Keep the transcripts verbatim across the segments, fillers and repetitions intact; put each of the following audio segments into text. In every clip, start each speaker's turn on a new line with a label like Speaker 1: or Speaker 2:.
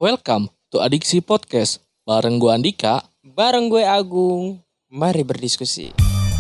Speaker 1: Welcome to Adiksi Podcast. Bareng gue Andika.
Speaker 2: Bareng gue Agung. Mari berdiskusi.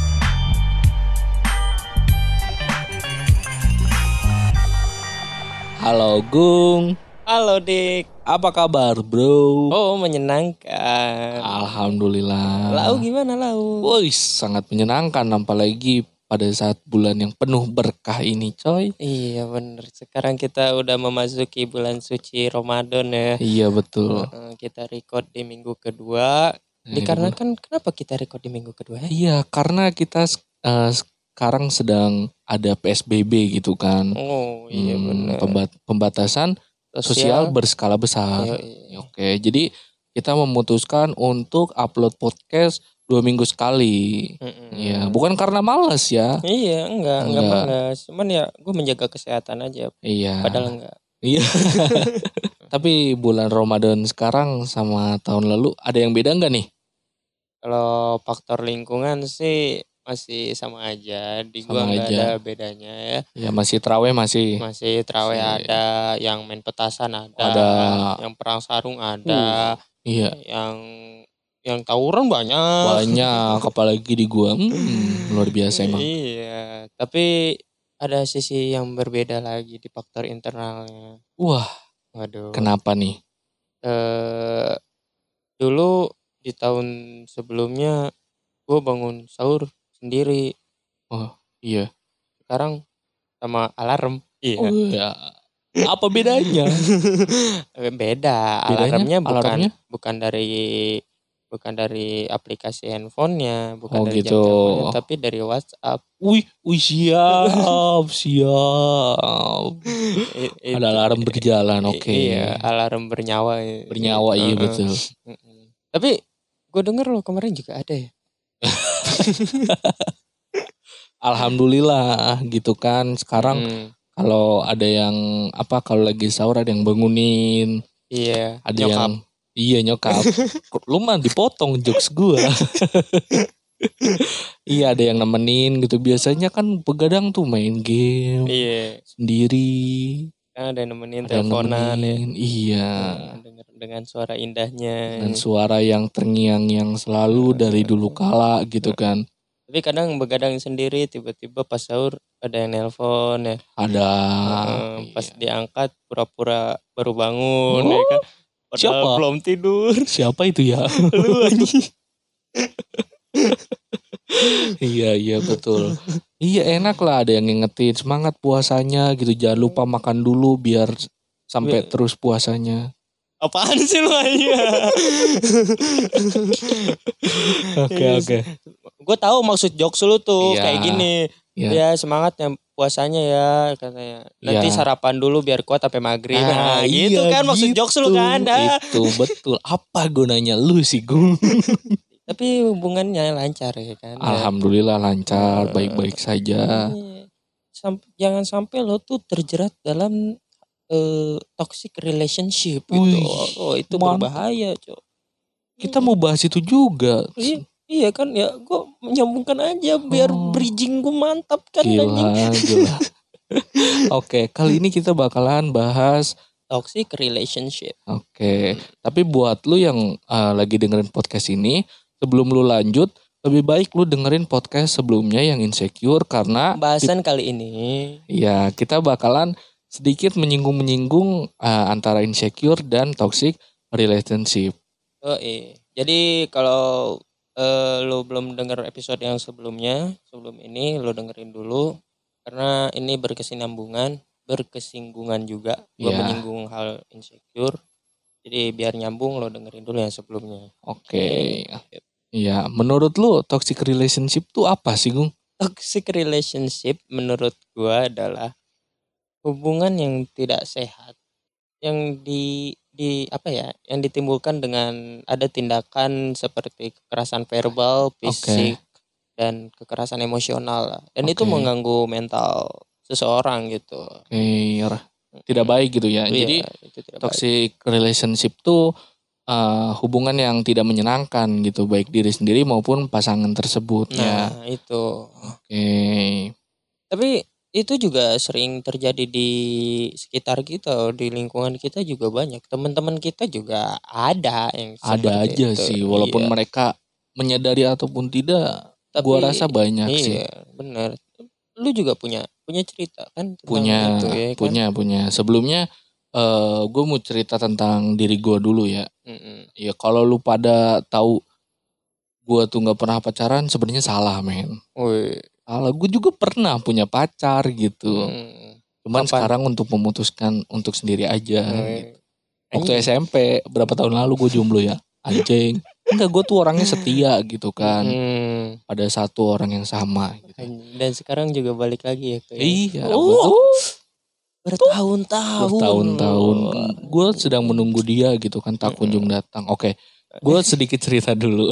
Speaker 1: Halo Gung.
Speaker 2: Halo Dik.
Speaker 1: Apa kabar bro?
Speaker 2: Oh, menyenangkan.
Speaker 1: Alhamdulillah.
Speaker 2: Lau gimana Lau?
Speaker 1: Wih, sangat menyenangkan apalagi pada saat bulan yang penuh berkah ini coy.
Speaker 2: Iya bener. Sekarang kita udah memasuki bulan suci Ramadan ya.
Speaker 1: Iya betul.
Speaker 2: Uh, kita record di minggu kedua. Dikarenakan kenapa kita record di minggu kedua? Ya?
Speaker 1: Iya karena kita uh, sekarang sedang ada P S B B gitu kan.
Speaker 2: Oh iya
Speaker 1: hmm,
Speaker 2: bener.
Speaker 1: Pembat- pembatasan sosial, sosial berskala besar.
Speaker 2: Iya, iya.
Speaker 1: Oke, jadi kita memutuskan untuk upload podcast dua minggu sekali. Mm-mm. Ya, bukan karena malas ya.
Speaker 2: Iya, enggak, enggak, enggak malas. Cuman ya gue menjaga kesehatan aja.
Speaker 1: Iya.
Speaker 2: Padahal enggak.
Speaker 1: Iya. Tapi bulan Ramadan sekarang sama tahun lalu ada yang beda enggak nih?
Speaker 2: Kalau faktor lingkungan sih masih sama aja. Di sama gua enggak aja. Ada bedanya ya.
Speaker 1: Ya masih terawih masih.
Speaker 2: Masih terawih masih. Ada, yang main petasan ada,
Speaker 1: ada,
Speaker 2: yang perang sarung ada,
Speaker 1: uh, iya.
Speaker 2: Yang yang tawuran banyak.
Speaker 1: Banyak, apalagi di gua. Hmm, luar biasa emang.
Speaker 2: Iya, tapi ada sisi yang berbeda lagi di faktor internalnya.
Speaker 1: Wah.
Speaker 2: Waduh.
Speaker 1: Kenapa nih?
Speaker 2: Eh dulu di tahun sebelumnya gua bangun sahur sendiri.
Speaker 1: Oh, iya.
Speaker 2: Sekarang sama alarm. Iya.
Speaker 1: Oh, ya. Apa bedanya?
Speaker 2: Beda.
Speaker 1: Bedanya?
Speaker 2: Alarmnya bukan
Speaker 1: Alarmnya?
Speaker 2: bukan dari bukan dari aplikasi handphonenya, bukan
Speaker 1: oh,
Speaker 2: dari
Speaker 1: gitu.
Speaker 2: jam teleponnya, tapi dari WhatsApp.
Speaker 1: Wih, wih siap, siap.
Speaker 2: It,
Speaker 1: Ada alarm berjalan, oke. Okay.
Speaker 2: Iya, alarm bernyawa.
Speaker 1: Bernyawa, iya uh-uh. betul.
Speaker 2: Tapi gue denger lo kemarin juga ada ya.
Speaker 1: Alhamdulillah gitu kan. Sekarang hmm. kalau ada yang apa kalau lagi sahur ada yang bangunin.
Speaker 2: Iya.
Speaker 1: Ada nyokap. yang iya nyokap. Lu mah dipotong jokes gue. Iya ada yang nemenin gitu. Biasanya kan begadang tuh main game.
Speaker 2: Iya.
Speaker 1: Sendiri.
Speaker 2: Kan ada yang nemenin teleponan ya.
Speaker 1: Iya.
Speaker 2: Dengan, dengan suara indahnya.
Speaker 1: Dan suara yang terngiang-ngiang selalu dari dulu kala gitu kan.
Speaker 2: Tapi kadang begadang sendiri tiba-tiba pas sahur ada yang nelpon ya.
Speaker 1: Ada.
Speaker 2: Uh, pas iya. Diangkat pura-pura baru bangun oh, ya kan. Padahal
Speaker 1: siapa?
Speaker 2: Belum tidur.
Speaker 1: Siapa itu ya?
Speaker 2: Lu anjing.
Speaker 1: Iya iya betul. Iya enak lah ada yang ngingetin semangat puasanya gitu. Jangan lupa makan dulu biar sampai Be- terus puasanya.
Speaker 2: Apaan sih lu aja?
Speaker 1: Oke oke.
Speaker 2: Gue tahu maksud jokes lu tuh
Speaker 1: iya,
Speaker 2: kayak gini. Iya. Ya semangat yang puasanya ya katanya. Nanti iya. Sarapan dulu biar kuat sampai maghrib. Nah, nah gitu iya, kan maksud gitu, jokes lu kan. Dah.
Speaker 1: Itu betul. Apa gunanya lu sih Gung?
Speaker 2: Tapi hubungannya lancar ya kan.
Speaker 1: Alhamdulillah lancar, uh, baik-baik saja.
Speaker 2: Samp- jangan sampai lo tuh terjerat dalam uh, toxic relationship gitu.
Speaker 1: Wih,
Speaker 2: oh itu mantap. Berbahaya, Cok.
Speaker 1: Kita mau bahas itu juga.
Speaker 2: Iya, iya kan ya, gue menyambungkan aja biar oh. bridging gue mantap kan.
Speaker 1: Gila, gila. Oke, kali ini kita bakalan bahas
Speaker 2: toxic relationship.
Speaker 1: Oke, hmm. tapi buat lu yang uh, lagi dengerin podcast ini, sebelum lu lanjut, lebih baik lu dengerin podcast sebelumnya yang insecure karena
Speaker 2: bahasan di, kali ini.
Speaker 1: Ya, kita bakalan sedikit menyinggung-menyinggung uh, antara insecure dan toxic relationship.
Speaker 2: Oh iya. Jadi kalau uh, lu belum denger episode yang sebelumnya, sebelum ini lu dengerin dulu karena ini berkesinambungan, berkesinggungan juga. Gua yeah. menyinggung hal insecure. Jadi biar nyambung lo dengerin dulu yang sebelumnya.
Speaker 1: Oke. Okay. Iya, menurut lu toxic relationship tuh apa sih, Gung?
Speaker 2: Toxic relationship menurut gua adalah hubungan yang tidak sehat. Yang di di apa ya? Yang ditimbulkan dengan ada tindakan seperti kekerasan verbal, fisik, okay. dan kekerasan emosional. Dan okay. itu mengganggu mental seseorang gitu.
Speaker 1: Oke, okay. Tidak baik gitu ya.
Speaker 2: Iya,
Speaker 1: Jadi toxic
Speaker 2: baik.
Speaker 1: relationship tuh uh, hubungan yang tidak menyenangkan gitu, baik diri sendiri maupun pasangan tersebut.
Speaker 2: Nah, itu.
Speaker 1: Oke. Okay.
Speaker 2: Tapi itu juga sering terjadi di sekitar kita, di lingkungan kita juga banyak. Teman-teman kita juga ada yang
Speaker 1: Ada
Speaker 2: seperti
Speaker 1: aja
Speaker 2: itu.
Speaker 1: sih, walaupun
Speaker 2: Iya.
Speaker 1: mereka menyadari ataupun tidak, gua
Speaker 2: Tapi
Speaker 1: rasa banyak sih.
Speaker 2: iya, benar. Lu juga punya punya cerita kan tentang
Speaker 1: Punya,
Speaker 2: itu ya kan?
Speaker 1: punya, punya. Sebelumnya eh gue mau cerita tentang diri gue dulu ya.
Speaker 2: Mm-mm.
Speaker 1: Ya kalau lu pada tahu gue tuh nggak pernah pacaran, sebenarnya salah men.
Speaker 2: Woi,
Speaker 1: Salah, gue juga pernah punya pacar gitu.
Speaker 2: mm,
Speaker 1: Cuman
Speaker 2: kapan?
Speaker 1: sekarang untuk memutuskan untuk sendiri aja gitu.
Speaker 2: Woi,
Speaker 1: Waktu
Speaker 2: anjing.
Speaker 1: S M P berapa tahun lalu gue jomblo ya, anjing. Enggak, gue tuh orangnya setia gitu kan.
Speaker 2: Mm-mm.
Speaker 1: Pada satu orang yang sama gitu.
Speaker 2: Anjing. Dan sekarang juga balik lagi ya ke yang
Speaker 1: Iya,
Speaker 2: oh
Speaker 1: betul.
Speaker 2: bertahun-tahun
Speaker 1: Bertahun-tahun
Speaker 2: loh.
Speaker 1: gue sedang menunggu dia gitu kan, tak kunjung
Speaker 2: Mm-mm.
Speaker 1: datang. Oke, gue sedikit cerita dulu.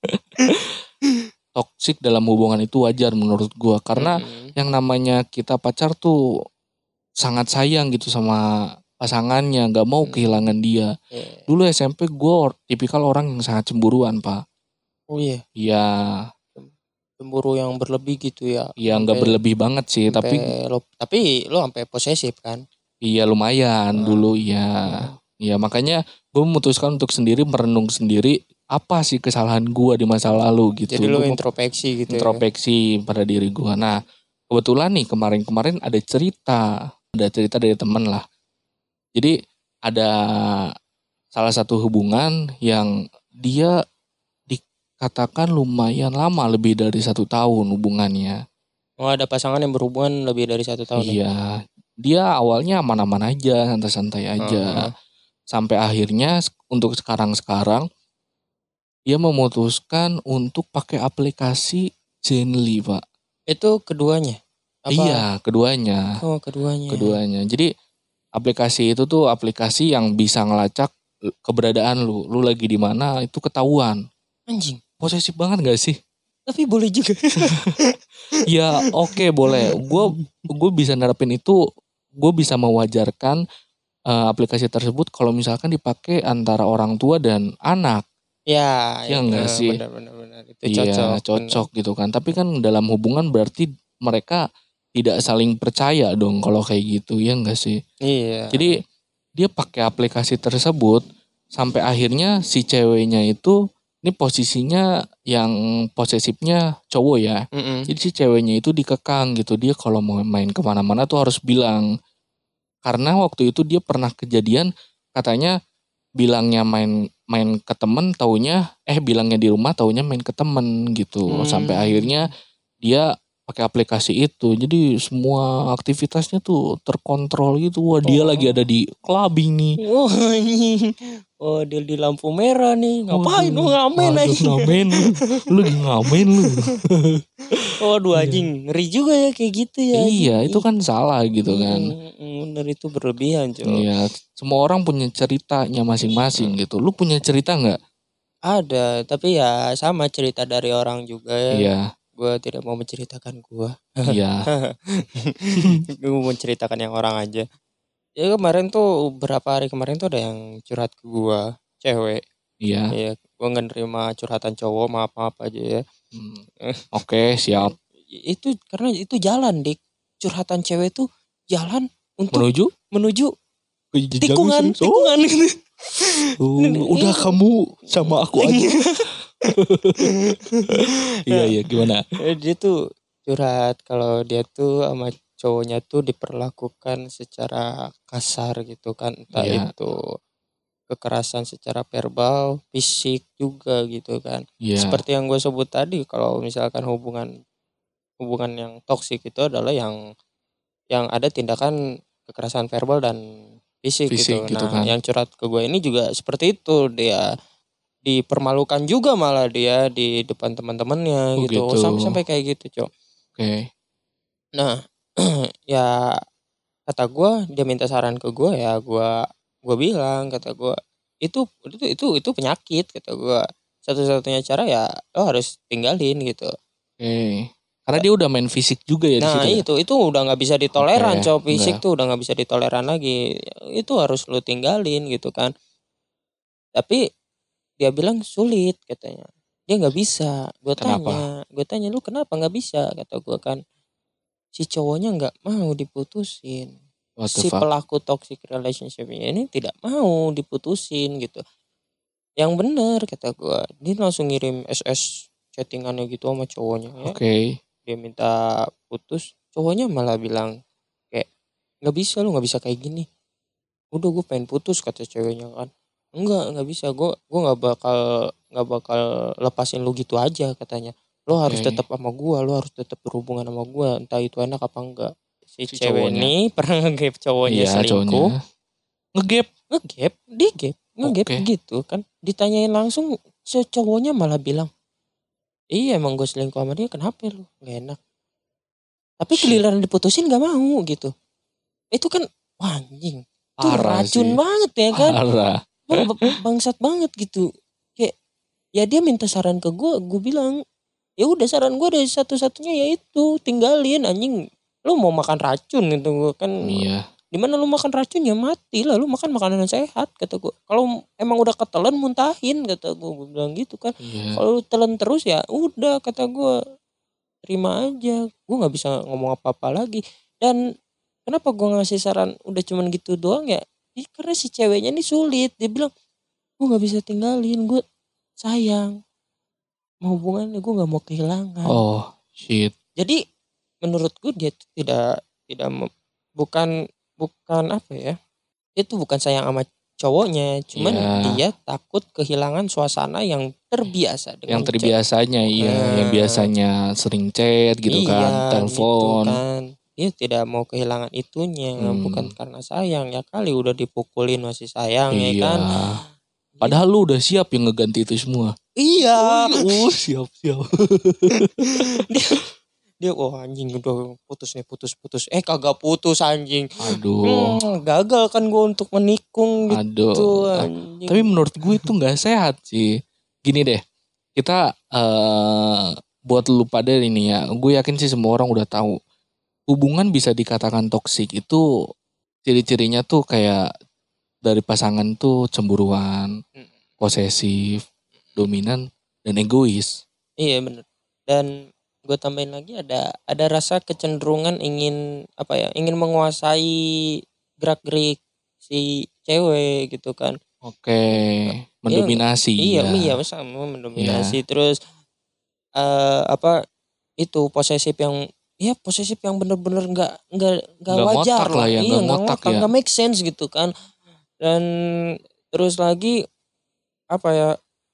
Speaker 1: Toksik dalam hubungan itu wajar menurut gue, karena
Speaker 2: Mm-mm.
Speaker 1: yang namanya kita pacar tuh sangat sayang gitu sama pasangannya, nggak mau
Speaker 2: Mm.
Speaker 1: kehilangan dia.
Speaker 2: Yeah.
Speaker 1: Dulu S M P gue or- tipikal orang yang sangat cemburuan pak.
Speaker 2: Oh iya,
Speaker 1: Iya,
Speaker 2: cemburu yang berlebih gitu ya,
Speaker 1: iya nggak
Speaker 2: sampai
Speaker 1: berlebih banget sih,
Speaker 2: sampai
Speaker 1: tapi
Speaker 2: lo tapi lo sampai posesif kan?
Speaker 1: iya lumayan
Speaker 2: Nah,
Speaker 1: dulu ya.
Speaker 2: nah.
Speaker 1: Ya makanya gue memutuskan untuk sendiri merenung sendiri apa sih kesalahan gue di masa lalu
Speaker 2: Jadi
Speaker 1: gitu.
Speaker 2: lo
Speaker 1: Gue
Speaker 2: introspeksi gitu ya?
Speaker 1: introspeksi pada diri gue. Nah kebetulan nih kemarin-kemarin ada cerita, ada cerita dari temen lah. Jadi ada salah satu hubungan yang dia dikatakan lumayan lama, lebih dari satu tahun hubungannya.
Speaker 2: Oh, ada pasangan yang berhubungan lebih dari satu tahun ya?
Speaker 1: Iya, dia awalnya aman-aman aja, santai-santai aja.
Speaker 2: Heeh.
Speaker 1: Sampai akhirnya untuk sekarang-sekarang dia memutuskan untuk pakai aplikasi Zenly, Pak.
Speaker 2: Itu keduanya? Apa?
Speaker 1: Iya, keduanya.
Speaker 2: Oh, keduanya.
Speaker 1: Keduanya. Jadi aplikasi itu tuh aplikasi yang bisa ngelacak keberadaan lu. Lu lagi di mana itu ketahuan.
Speaker 2: Anjing.
Speaker 1: Posesif banget gak sih?
Speaker 2: Tapi boleh juga.
Speaker 1: Ya oke boleh. Gue gue bisa nerapin itu. Gue bisa mewajarkan eh, aplikasi tersebut kalau misalkan dipakai antara orang tua dan anak.
Speaker 2: Ya,
Speaker 1: Ya enggak
Speaker 2: eh,
Speaker 1: sih?
Speaker 2: benar benar benar. Itu
Speaker 1: Iya
Speaker 2: cocok, benar.
Speaker 1: cocok gitu kan. Tapi kan dalam hubungan berarti mereka tidak saling percaya dong kalau kayak gitu. Ya enggak sih?
Speaker 2: Iya.
Speaker 1: Jadi dia pakai aplikasi tersebut sampai akhirnya si ceweknya itu, ini posisinya yang posesifnya cowok ya.
Speaker 2: Mm-mm.
Speaker 1: Jadi si ceweknya itu dikekang gitu. Dia kalau mau main kemana-mana tuh harus bilang. Karena waktu itu dia pernah kejadian katanya bilangnya main main ke temen taunya eh bilangnya di rumah taunya main ke temen gitu. Sampai
Speaker 2: Hmm.
Speaker 1: akhirnya dia pakai aplikasi itu. Jadi semua aktivitasnya tuh terkontrol gitu. Wah, dia lagi
Speaker 2: Oh.
Speaker 1: ada di clubbing nih.
Speaker 2: Wah, anjing. Oh, dia di lampu merah nih. Ngapain lu
Speaker 1: Waduh,
Speaker 2: ngamen
Speaker 1: waduh
Speaker 2: anjing?
Speaker 1: ngamen lu. Lu lagi ngamen lu.
Speaker 2: Waduh
Speaker 1: Iya.
Speaker 2: anjing, ngeri juga ya kayak gitu ya anjing.
Speaker 1: Iya, itu
Speaker 2: Ih,
Speaker 1: kan salah gitu kan.
Speaker 2: mm, mm, bener itu berlebihan, Cok.
Speaker 1: Iya, semua orang punya ceritanya masing-masing
Speaker 2: Mm,
Speaker 1: gitu. Lu punya cerita nggak?
Speaker 2: Ada, tapi ya sama cerita dari orang juga ya.
Speaker 1: Iya,
Speaker 2: Gue tidak mau menceritakan gue.
Speaker 1: iya,
Speaker 2: Gue mau menceritakan yang orang aja. Ya kemarin tuh berapa hari kemarin tuh ada yang curhat ke gue, cewek.
Speaker 1: iya.
Speaker 2: Ya, gue nggak nerima curhatan cowok, maaf maaf aja ya.
Speaker 1: Hmm. Oke, siap.
Speaker 2: Itu karena itu jalan dik, curhatan cewek tuh jalan untuk
Speaker 1: Menuju
Speaker 2: menuju
Speaker 1: ke jenjang
Speaker 2: tikungan
Speaker 1: serius. Oh,
Speaker 2: tikungan gitu.
Speaker 1: oh, udah kamu sama aku aja. Iya, iya, gimana?
Speaker 2: Eh, dia tuh curhat kalau dia tuh sama cowoknya tuh diperlakukan secara kasar gitu kan, entah
Speaker 1: Iya,
Speaker 2: itu kekerasan secara verbal, fisik juga gitu kan.
Speaker 1: iya,
Speaker 2: Seperti yang gue sebut tadi, kalau misalkan hubungan hubungan yang toksik itu adalah yang yang ada tindakan kekerasan verbal dan fisik
Speaker 1: fisik
Speaker 2: gitu.
Speaker 1: gitu
Speaker 2: Nah,
Speaker 1: kan.
Speaker 2: yang curhat ke gue ini juga seperti itu, dia dipermalukan juga malah dia di depan teman-temannya
Speaker 1: Oh
Speaker 2: gitu.
Speaker 1: gitu.
Speaker 2: Sampai sampai kayak gitu, Cok.
Speaker 1: Oke.
Speaker 2: Nah, ya kata gue dia minta saran ke gue ya gue gue bilang kata gue itu itu itu itu penyakit kata gue satu-satunya cara ya lo harus tinggalin gitu.
Speaker 1: Oke. Karena dia udah main fisik juga ya di
Speaker 2: Nah
Speaker 1: situ ya.
Speaker 2: itu itu udah nggak bisa
Speaker 1: Oke,
Speaker 2: ditoleran cowok fisik
Speaker 1: enggak.
Speaker 2: tuh udah nggak bisa ditoleran lagi itu harus lo tinggalin gitu kan. Tapi dia bilang sulit katanya dia nggak bisa. Gue
Speaker 1: Kenapa?
Speaker 2: tanya gue tanya lu kenapa nggak bisa kata gue kan. si cowoknya nggak mau diputusin.
Speaker 1: What the
Speaker 2: Si
Speaker 1: fuck?
Speaker 2: pelaku toxic relationship ini tidak mau diputusin gitu. Yang bener kata gue, dia langsung ngirim S S chattingannya gitu sama cowoknya ya.
Speaker 1: Oke. Okay.
Speaker 2: Dia minta putus, cowoknya malah bilang kayak nggak bisa, lu nggak bisa kayak gini. Udah gue pengen putus kata ceweknya kan. Enggak, nggak bisa, gue gue nggak bakal nggak bakal lepasin lu gitu aja katanya. Lo
Speaker 1: Oke.
Speaker 2: harus tetap sama gue, lo harus tetap berhubungan sama gue, entah itu enak apa enggak. Si,
Speaker 1: Si
Speaker 2: cewek
Speaker 1: cowoknya.
Speaker 2: ini pernah ngegap cowoknya
Speaker 1: Iya,
Speaker 2: selingkuh.
Speaker 1: cowoknya. Ngegap.
Speaker 2: Ngegap, digap, ngegap
Speaker 1: Oke.
Speaker 2: gitu kan. Ditanyain langsung, si cowoknya malah bilang, iya emang gue selingkuh sama dia, kenapa lu? Gak enak. Tapi
Speaker 1: Shit.
Speaker 2: giliran diputusin gak mau gitu. Itu kan wah, anjing. Itu
Speaker 1: Parah
Speaker 2: racun
Speaker 1: sih.
Speaker 2: banget ya kan.
Speaker 1: Parah.
Speaker 2: Bang, bangsat banget gitu. Kayak ya dia minta saran ke gue, gue bilang ya udah saran gue dari satu-satunya yaitu tinggalin anjing. Lu mau makan racun gitu gue kan.
Speaker 1: Iya.
Speaker 2: Dimana lu makan racun ya mati lah, lu makan makanan yang sehat kata gue. Kalau emang udah ketelan muntahin kata gue, gue bilang gitu kan.
Speaker 1: Iya.
Speaker 2: Kalau lu telan terus ya udah kata gue, terima aja. Gue nggak bisa ngomong apa-apa lagi. Dan kenapa gue ngasih saran udah cuman gitu doang ya? Ya karena si ceweknya ini sulit. Dia bilang gue nggak bisa tinggalin, gue sayang mau hubungannya, gue nggak mau kehilangan.
Speaker 1: Oh shit.
Speaker 2: Jadi menurut gue dia tuh tidak tidak mem- bukan bukan apa ya? Dia tuh bukan sayang sama cowoknya, cuman
Speaker 1: Iya.
Speaker 2: dia takut kehilangan suasana yang terbiasa dengan
Speaker 1: Yang terbiasanya
Speaker 2: cewek.
Speaker 1: iya,
Speaker 2: Nah,
Speaker 1: yang biasanya sering chat gitu
Speaker 2: iya,
Speaker 1: kan,
Speaker 2: gitu
Speaker 1: telepon.
Speaker 2: kan. Dia tidak mau kehilangan itunya,
Speaker 1: Hmm.
Speaker 2: bukan karena sayang ya kali udah dipukulin masih sayang ya
Speaker 1: Iya.
Speaker 2: kan.
Speaker 1: Padahal lu udah siap yang ngeganti itu semua.
Speaker 2: Iya.
Speaker 1: Oh, siap siap.
Speaker 2: dia dia oh anjing udah putus nih putus putus eh kagak putus anjing.
Speaker 1: Aduh.
Speaker 2: Hmm, gagal kan gue untuk menikung gitu.
Speaker 1: Aduh.
Speaker 2: Anjing.
Speaker 1: Tapi menurut gue itu nggak sehat sih. Gini deh, kita uh, buat lu pada ini ya, gue yakin sih semua orang udah tahu. Hubungan bisa dikatakan toksik itu ciri-cirinya tuh kayak dari pasangan tuh cemburuan, posesif, dominan, dan egois.
Speaker 2: Iya benar. Dan gue tambahin lagi ada ada rasa kecenderungan ingin apa ya ingin menguasai gerak-gerik si cewek gitu kan.
Speaker 1: Oke, mendominasi.
Speaker 2: Iya,
Speaker 1: ya.
Speaker 2: iya sama mendominasi.
Speaker 1: Iya.
Speaker 2: Terus uh, apa itu posesif yang ya posesif yang bener-bener nggak nggak nggak wajar
Speaker 1: ngotak lah ya,
Speaker 2: iya
Speaker 1: nggak
Speaker 2: nggak
Speaker 1: ngotak
Speaker 2: ngotak
Speaker 1: ya.
Speaker 2: nggak make sense gitu kan. Dan terus lagi apa ya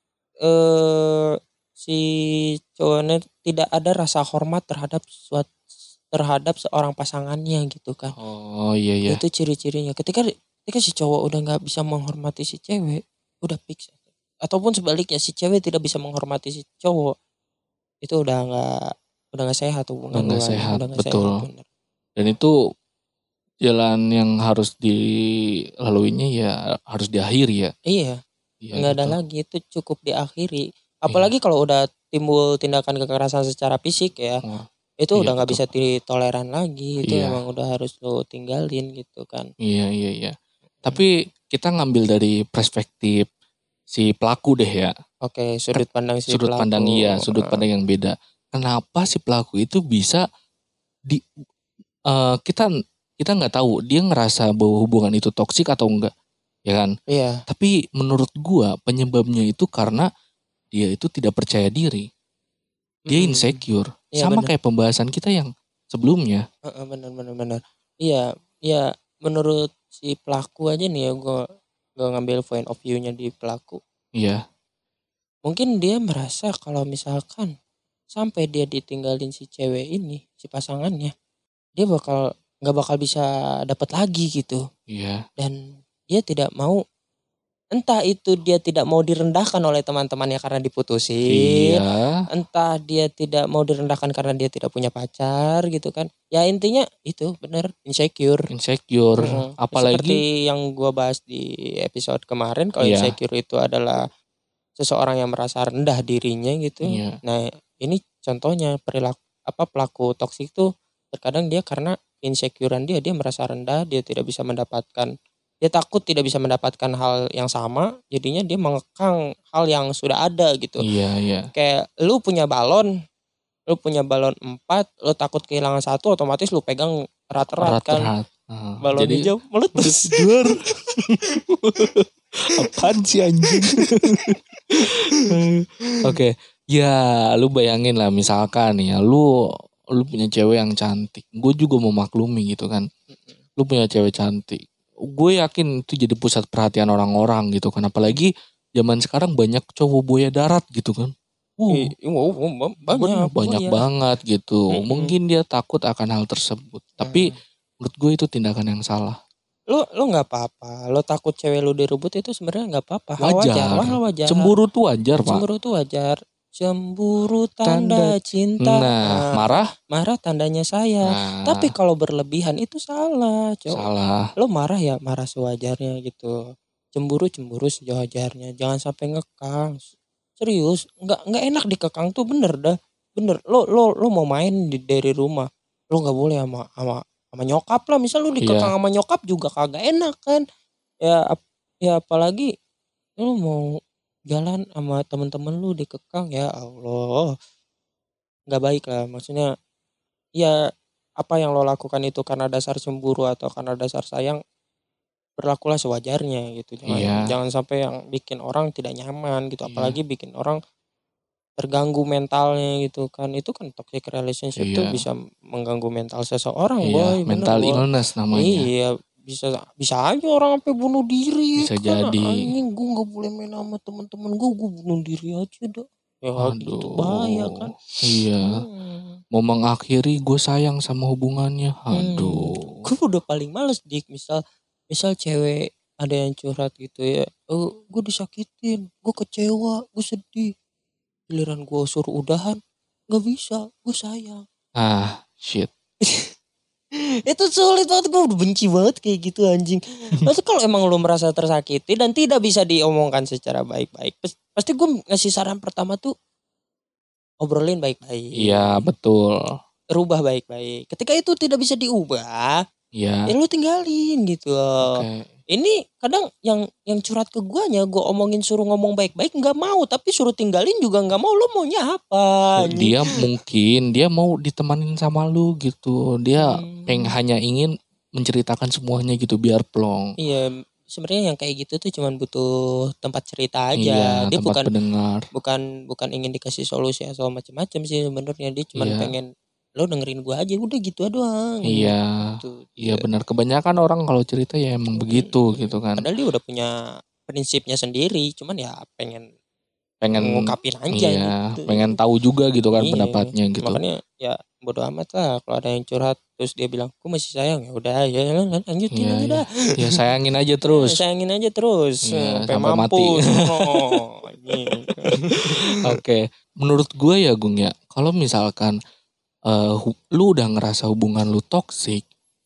Speaker 2: eh si cowoknya tidak ada rasa hormat terhadap suatu terhadap seorang pasangannya gitu kan.
Speaker 1: Oh iya iya.
Speaker 2: Itu ciri-cirinya ketika ketika si cowok udah nggak bisa menghormati si cewek udah fix. Ataupun sebaliknya si cewek tidak bisa menghormati si cowok itu udah nggak udah nggak sehat hubungan
Speaker 1: Udah nggak
Speaker 2: lu,
Speaker 1: sehat,
Speaker 2: udah nggak
Speaker 1: betul.
Speaker 2: sehat, bener.
Speaker 1: Dan itu jalan yang harus dilaluinya ya harus diakhiri ya.
Speaker 2: Iya,
Speaker 1: Iya,
Speaker 2: nggak ada
Speaker 1: betul.
Speaker 2: lagi itu cukup diakhiri. Apalagi kalau udah timbul tindakan kekerasan secara fisik ya,
Speaker 1: Oh,
Speaker 2: itu
Speaker 1: iya,
Speaker 2: udah nggak
Speaker 1: betul.
Speaker 2: bisa ditoleran lagi. Itu
Speaker 1: Iya.
Speaker 2: emang udah harus lo tinggalin gitu kan.
Speaker 1: Iya iya iya. Tapi kita ngambil dari perspektif si pelaku deh ya.
Speaker 2: Oke, sudut pandang si
Speaker 1: Sudut
Speaker 2: pelaku.
Speaker 1: pandang iya, sudut
Speaker 2: Nah,
Speaker 1: pandang yang beda. Kenapa si pelaku itu bisa di eh, kita kita nggak tahu dia ngerasa bahwa hubungan itu toksik atau enggak, ya kan?
Speaker 2: Iya.
Speaker 1: Tapi menurut gua penyebabnya itu karena dia itu tidak percaya diri. Dia
Speaker 2: Mm-mm.
Speaker 1: insecure.
Speaker 2: Iya,
Speaker 1: Sama
Speaker 2: bener.
Speaker 1: kayak pembahasan kita yang sebelumnya.
Speaker 2: Heeh, bener bener bener. Iya, iya menurut si pelaku aja nih ya gue gue ngambil point of view-nya di pelaku.
Speaker 1: Iya.
Speaker 2: Mungkin dia merasa kalau misalkan sampai dia ditinggalin si cewek ini, si pasangannya, dia bakal nggak bakal bisa dapat lagi gitu.
Speaker 1: Iya.
Speaker 2: Dan dia tidak mau, entah itu dia tidak mau direndahkan oleh teman-temannya karena diputusin,
Speaker 1: Iya.
Speaker 2: entah dia tidak mau direndahkan karena dia tidak punya pacar gitu kan. Ya intinya itu bener insecure.
Speaker 1: Insecure.
Speaker 2: Mm-mm.
Speaker 1: Apalagi
Speaker 2: Seperti yang gua bahas di episode kemarin, kalau
Speaker 1: Iya.
Speaker 2: insecure itu adalah seseorang yang merasa rendah dirinya gitu.
Speaker 1: Iya.
Speaker 2: Nah, ini contohnya perilaku apa pelaku toksik tuh terkadang dia karena insecurean dia dia merasa rendah, dia tidak bisa mendapatkan, dia takut tidak bisa mendapatkan hal yang sama, jadinya dia mengekang hal yang sudah ada gitu.
Speaker 1: Iya iya.
Speaker 2: Kayak lu punya balon, Lu punya balon empat, lu takut kehilangan satu, otomatis lu pegang erat-erat kan.
Speaker 1: Erat-erat. Heeh.
Speaker 2: Balon
Speaker 1: Jadi
Speaker 2: hijau meletus.
Speaker 1: duar. Apaan sih anjing? Oke, ya lu bayangin lah misalkan ya lu lu punya cewek yang cantik. Gue juga memaklumi gitu kan. Lu punya cewek cantik. Gue yakin itu jadi pusat perhatian orang-orang gitu kan. Apalagi zaman sekarang banyak cowok buaya darat gitu kan. Uh,
Speaker 2: Ih, wow, wow,
Speaker 1: bener,
Speaker 2: banyak,
Speaker 1: banyak
Speaker 2: buaya.
Speaker 1: banget gitu.
Speaker 2: Mm-mm.
Speaker 1: Mungkin dia takut akan hal tersebut. Tapi
Speaker 2: Mm.
Speaker 1: menurut gue itu tindakan yang salah.
Speaker 2: Lu lu nggak apa-apa. Lu takut cewek lu direbut itu sebenarnya nggak apa-apa. Hal
Speaker 1: Wajar.
Speaker 2: wajar, hal wajar.
Speaker 1: Cemburu tuh wajar, Pak.
Speaker 2: Cemburu tuh wajar. Cemburu tanda,
Speaker 1: Tanda-
Speaker 2: cinta.
Speaker 1: Nah,
Speaker 2: Ah,
Speaker 1: marah?
Speaker 2: marah tandanya sayang.
Speaker 1: Nah,
Speaker 2: Tapi kalau berlebihan itu salah, cowok.
Speaker 1: salah.
Speaker 2: Lo marah ya marah sewajarnya gitu. Cemburu cemburu sewajarnya. Jangan sampai ngekang. Serius, nggak nggak enak dikekang tuh, bener dah. Bener. Lo lo lo mau main di dari rumah. Lo nggak boleh sama sama sama nyokap lah. Misal lo dikekang
Speaker 1: Iya.
Speaker 2: sama nyokap juga kagak enak kan. Ya ap- ya apalagi lo mau jalan sama temen-temen lu dikekang, ya Allah. Nggak baik lah. Maksudnya ya apa yang lo lakukan itu karena dasar cemburu atau karena dasar sayang, berlakulah sewajarnya gitu. Jangan
Speaker 1: Iya.
Speaker 2: jangan sampai yang bikin orang tidak nyaman gitu,
Speaker 1: Iya.
Speaker 2: apalagi bikin orang terganggu mentalnya gitu kan. Itu kan toxic relationship tuh
Speaker 1: Iya.
Speaker 2: bisa mengganggu mental seseorang,
Speaker 1: Iya,
Speaker 2: boy. Bener,
Speaker 1: mental
Speaker 2: boy.
Speaker 1: illness namanya.
Speaker 2: Iya, bisa bisa aja orang sampai bunuh diri.
Speaker 1: Bisa
Speaker 2: kan
Speaker 1: jadi.
Speaker 2: anjing, gue nggak boleh main sama temen-temen gue, gue bunuh diri aja dah. Ya gitu
Speaker 1: Aduh.
Speaker 2: bahaya kan.
Speaker 1: Iya.
Speaker 2: Hmm.
Speaker 1: Mau mengakhiri gue sayang sama hubungannya. Aduh.
Speaker 2: Hmm. Gue udah paling males dik, misal misal cewek ada yang curhat gitu ya, oh gue disakitin, gue kecewa, gue sedih, giliran gue suruh udahan nggak bisa, gue sayang.
Speaker 1: Ah, shit.
Speaker 2: Itu sulit banget, gue udah benci banget kayak gitu anjing. Maksudnya kalau emang lo merasa tersakiti dan tidak bisa diomongkan secara baik-baik, pas- pasti gue ngasih saran pertama tuh obrolin baik-baik.
Speaker 1: Iya, betul.
Speaker 2: Rubah baik-baik. Ketika itu tidak bisa diubah, ya
Speaker 1: Iya.
Speaker 2: lu tinggalin gitu.
Speaker 1: Oke.
Speaker 2: Ini kadang yang yang curhat ke guanya, gue omongin suruh ngomong baik-baik nggak mau, tapi suruh tinggalin juga nggak mau. Lo maunya apa? anjing?
Speaker 1: Dia mungkin dia mau ditemanin sama lu gitu. Dia
Speaker 2: Hmm.
Speaker 1: peng hanya ingin menceritakan semuanya gitu biar plong.
Speaker 2: Iya, sebenarnya yang kayak gitu tuh cuman butuh tempat cerita
Speaker 1: Iya,
Speaker 2: aja. Dia
Speaker 1: tempat
Speaker 2: bukan
Speaker 1: pendengar.
Speaker 2: bukan bukan ingin dikasih solusi atau macam-macam sih sebenarnya. Dia cuman
Speaker 1: Iya.
Speaker 2: pengen lo dengerin gua aja, udah gitu doang.
Speaker 1: Iya.
Speaker 2: Gitu.
Speaker 1: Iya benar, kebanyakan orang kalau cerita ya emang begitu
Speaker 2: Hmm.
Speaker 1: gitu kan.
Speaker 2: Padahal dia udah punya prinsipnya sendiri, cuman ya pengen
Speaker 1: Pengen
Speaker 2: ngungkapin aja
Speaker 1: iya,
Speaker 2: gitu.
Speaker 1: pengen tahu juga gitu kan
Speaker 2: Iya,
Speaker 1: pendapatnya gitu.
Speaker 2: Makanya ya bodo amat lah kalau ada yang curhat terus dia bilang aku masih sayang, ya udah ya lan- lanjutin
Speaker 1: Iya,
Speaker 2: aja
Speaker 1: iya.
Speaker 2: dah.
Speaker 1: Ya sayangin aja
Speaker 2: Ya,
Speaker 1: terus.
Speaker 2: sayangin aja terus
Speaker 1: Iya,
Speaker 2: sampai
Speaker 1: sampai mati.
Speaker 2: mampus. Oh, anjing.
Speaker 1: Oke, menurut gue ya Gung ya, kalau misalkan eh, hu- lu udah ngerasa hubungan lu toksik,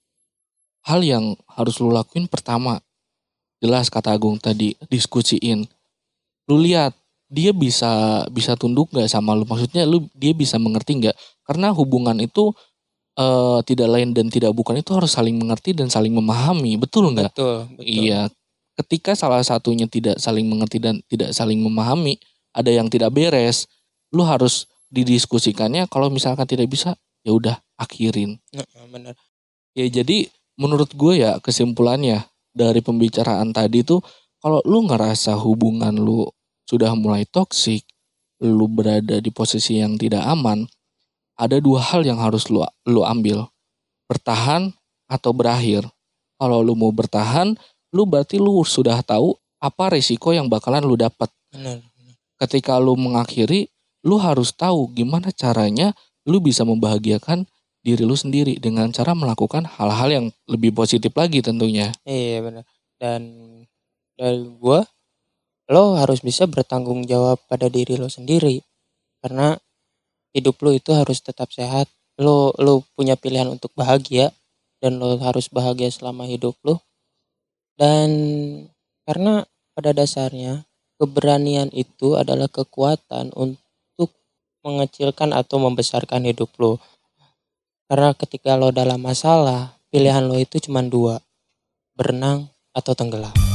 Speaker 1: hal yang harus lu lakuin pertama, jelas kata Agung tadi, diskusiin. Lu lihat dia bisa bisa tunduk gak sama lu, maksudnya lu dia bisa mengerti gak, karena hubungan itu eh, tidak lain dan tidak bukan itu harus saling mengerti dan saling memahami, betul nggak?
Speaker 2: Betul, betul.
Speaker 1: Iya, ketika salah satunya tidak saling mengerti dan tidak saling memahami, ada yang tidak beres, lu harus didiskusikannya. Kalau misalkan tidak bisa, ya udah akhirin.
Speaker 2: Heeh, benar.
Speaker 1: Ya jadi menurut gue ya kesimpulannya dari pembicaraan tadi tuh, kalau lu ngerasa hubungan lu sudah mulai toksik, lu berada di posisi yang tidak aman, ada dua hal yang harus lu lu ambil, bertahan atau berakhir. Kalau lu mau bertahan, lu berarti lu sudah tahu apa resiko yang bakalan lu dapat.
Speaker 2: Benar.
Speaker 1: Ketika lu mengakhiri, lu harus tahu gimana caranya lu bisa membahagiakan diri lu sendiri dengan cara melakukan hal-hal yang lebih positif lagi tentunya.
Speaker 2: Iya benar. Dan dari gua, lo harus bisa bertanggung jawab pada diri lo sendiri, karena hidup lo itu harus tetap sehat. Lo lo punya pilihan untuk bahagia dan lo harus bahagia selama hidup lo. Dan karena pada dasarnya keberanian itu adalah kekuatan untuk mengecilkan atau membesarkan hidup lo. Karena ketika lo dalam masalah, pilihan lo itu cuma dua, berenang atau tenggelam.